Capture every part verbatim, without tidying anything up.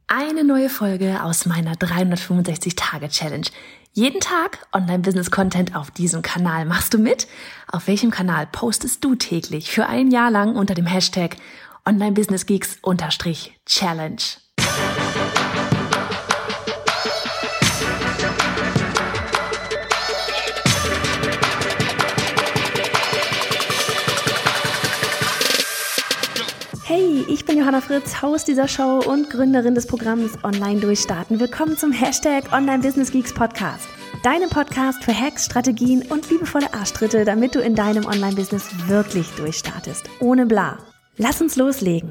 Eine neue Folge aus meiner dreihundertfünfundsechzig-Tage-Challenge. Jeden Tag Online-Business-Content auf diesem Kanal. Machst du mit? Auf welchem Kanal postest du täglich für ein Jahr lang unter dem Hashtag Online-Business-Geeks-Challenge? Hey, ich bin Johanna Fritz, Host dieser Show und Gründerin des Programms Online Durchstarten. Willkommen zum Hashtag Online Business Geeks Podcast. Deinem Podcast für Hacks, Strategien und liebevolle Arschtritte, damit du in deinem Online-Business wirklich durchstartest. Ohne bla. Lass uns loslegen.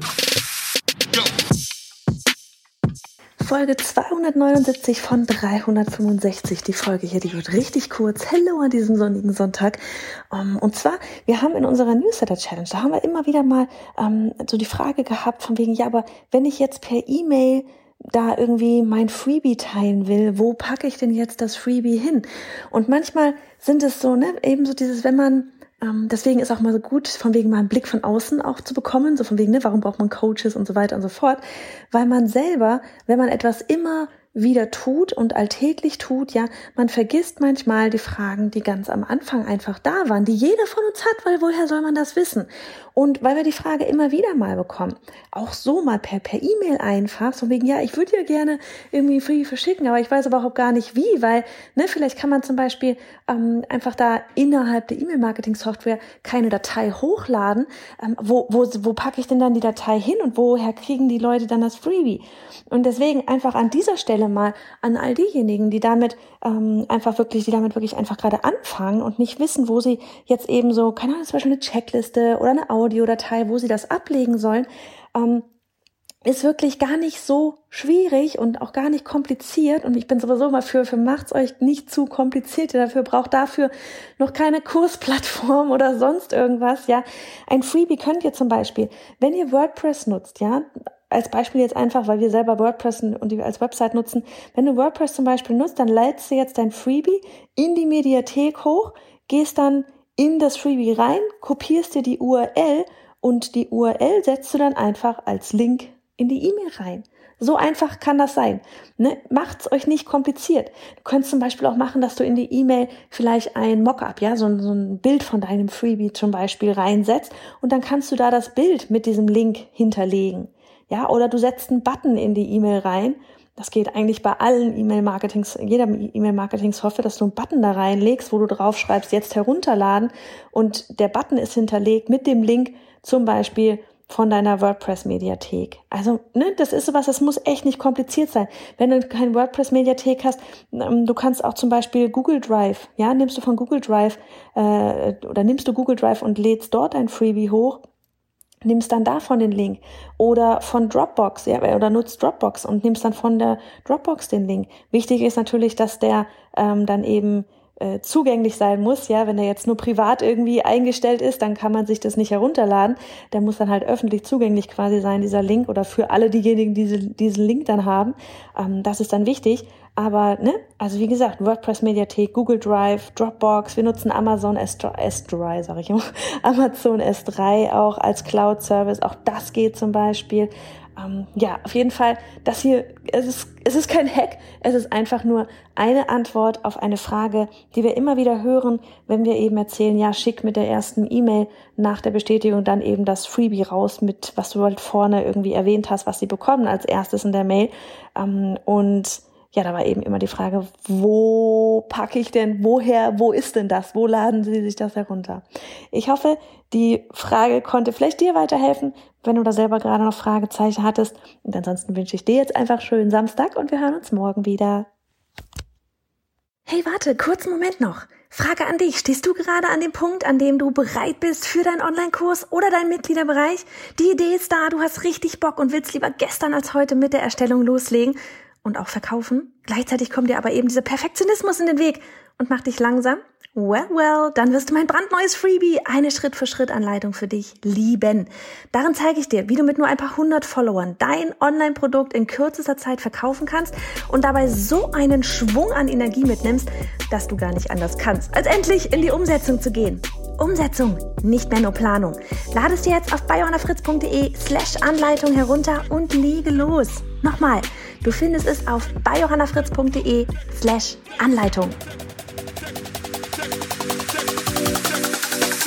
Folge zweihundertneunundsiebzig von dreihundertfünfundsechzig. Die Folge hier, die wird richtig kurz. Hello an diesem sonnigen Sonntag. Um, und zwar, wir haben in unserer Newsletter-Challenge, da haben wir immer wieder mal um, so die Frage gehabt von wegen, ja, aber wenn ich jetzt per E-Mail da irgendwie mein Freebie teilen will, wo packe ich denn jetzt das Freebie hin? Und manchmal sind es so, ne, eben so dieses, wenn man Ähm, deswegen ist auch mal so gut, von wegen mal einen Blick von außen auch zu bekommen, so von wegen, ne, warum braucht man Coaches und so weiter und so fort, weil man selber, wenn man etwas immer wieder tut und alltäglich tut, ja, man vergisst manchmal die Fragen, die ganz am Anfang einfach da waren, die jeder von uns hat, weil woher soll man das wissen? Und weil wir die Frage immer wieder mal bekommen, auch so mal per per E-Mail einfach, so wegen, ja, ich würde ja gerne irgendwie free verschicken, aber ich weiß überhaupt gar nicht wie, weil, ne, vielleicht kann man zum Beispiel ähm, einfach da innerhalb der E-Mail-Marketing-Software keine Datei hochladen. Ähm, wo, wo, wo packe ich denn dann die Datei hin und woher kriegen die Leute dann das Freebie? Und deswegen einfach an dieser Stelle mal an all diejenigen, die damit ähm, einfach wirklich, die damit wirklich einfach gerade anfangen und nicht wissen, wo sie jetzt eben so, keine Ahnung, zum Beispiel eine Checkliste oder eine Audiodatei, wo sie das ablegen sollen, ähm, ist wirklich gar nicht so schwierig und auch gar nicht kompliziert. Und ich bin sowieso mal für, für macht's euch nicht zu kompliziert. Ihr dafür braucht dafür noch keine Kursplattform oder sonst irgendwas, ja. Ein Freebie könnt ihr zum Beispiel, wenn ihr WordPress nutzt, ja, als Beispiel jetzt einfach, weil wir selber WordPress und die als Website nutzen. Wenn du WordPress zum Beispiel nutzt, dann lädst du jetzt dein Freebie in die Mediathek hoch, gehst dann in das Freebie rein, kopierst dir die U R L und die U R L setzt du dann einfach als Link in die E-Mail rein. So einfach kann das sein. Ne? Macht's euch nicht kompliziert. Du könntest zum Beispiel auch machen, dass du in die E-Mail vielleicht ein Mockup, ja, so ein, so ein Bild von deinem Freebie zum Beispiel reinsetzt und dann kannst du da das Bild mit diesem Link hinterlegen. Ja, oder du setzt einen Button in die E-Mail rein. Das geht eigentlich bei allen E-Mail-Marketings, jeder E-Mail-Marketing-Software, dass du einen Button da reinlegst, wo du drauf schreibst, jetzt herunterladen und der Button ist hinterlegt mit dem Link zum Beispiel von deiner WordPress-Mediathek. Also, ne, das ist sowas, das muss echt nicht kompliziert sein. Wenn du keine WordPress-Mediathek hast, du kannst auch zum Beispiel Google Drive, ja, nimmst du von Google Drive äh, oder nimmst du Google Drive und lädst dort ein Freebie hoch, nimmst dann davon den Link oder von Dropbox, ja, oder nutzt Dropbox und nimmst dann von der Dropbox den Link. Wichtig ist natürlich, dass der ähm, dann eben äh, zugänglich sein muss, ja, wenn er jetzt nur privat irgendwie eingestellt ist, dann kann man sich das nicht herunterladen. Der muss dann halt öffentlich zugänglich quasi sein, dieser Link, oder für alle diejenigen, die diese, diesen Link dann haben. Ähm, das ist dann wichtig. Aber, ne, also wie gesagt, WordPress-Mediathek, Google Drive, Dropbox, wir nutzen Amazon S drei, sag ich immer, Amazon S drei auch als Cloud-Service, auch das geht zum Beispiel. Ähm, ja, auf jeden Fall, das hier, es ist, es ist kein Hack, es ist einfach nur eine Antwort auf eine Frage, die wir immer wieder hören, wenn wir eben erzählen, ja, schick mit der ersten E-Mail nach der Bestätigung dann eben das Freebie raus mit, was du halt vorne irgendwie erwähnt hast, was sie bekommen als erstes in der Mail. Ähm, und ja, da war eben immer die Frage, wo packe ich denn, woher, wo ist denn das, wo laden Sie sich das herunter? Ich hoffe, die Frage konnte vielleicht dir weiterhelfen, wenn du da selber gerade noch Fragezeichen hattest. Und ansonsten wünsche ich dir jetzt einfach schönen Samstag und wir hören uns morgen wieder. Hey, warte, kurzen Moment noch. Frage an dich, stehst du gerade an dem Punkt, an dem du bereit bist für deinen Online-Kurs oder deinen Mitgliederbereich? Die Idee ist da, du hast richtig Bock und willst lieber gestern als heute mit der Erstellung loslegen und auch verkaufen. Gleichzeitig kommt dir aber eben dieser Perfektionismus in den Weg und macht dich langsam. Well, well, dann wirst du mein brandneues Freebie, eine Schritt-für-Schritt-Anleitung für dich, lieben. Darin zeige ich dir, wie du mit nur ein paar hundert Followern dein Online-Produkt in kürzester Zeit verkaufen kannst und dabei so einen Schwung an Energie mitnimmst, dass du gar nicht anders kannst, als endlich in die Umsetzung zu gehen. Umsetzung, nicht mehr nur Planung. Lade es dir jetzt auf bei johanna fritz punkt de slash Anleitung herunter und lege los. Nochmal, Du findest es auf bei johannafritz punkt de slash Anleitung.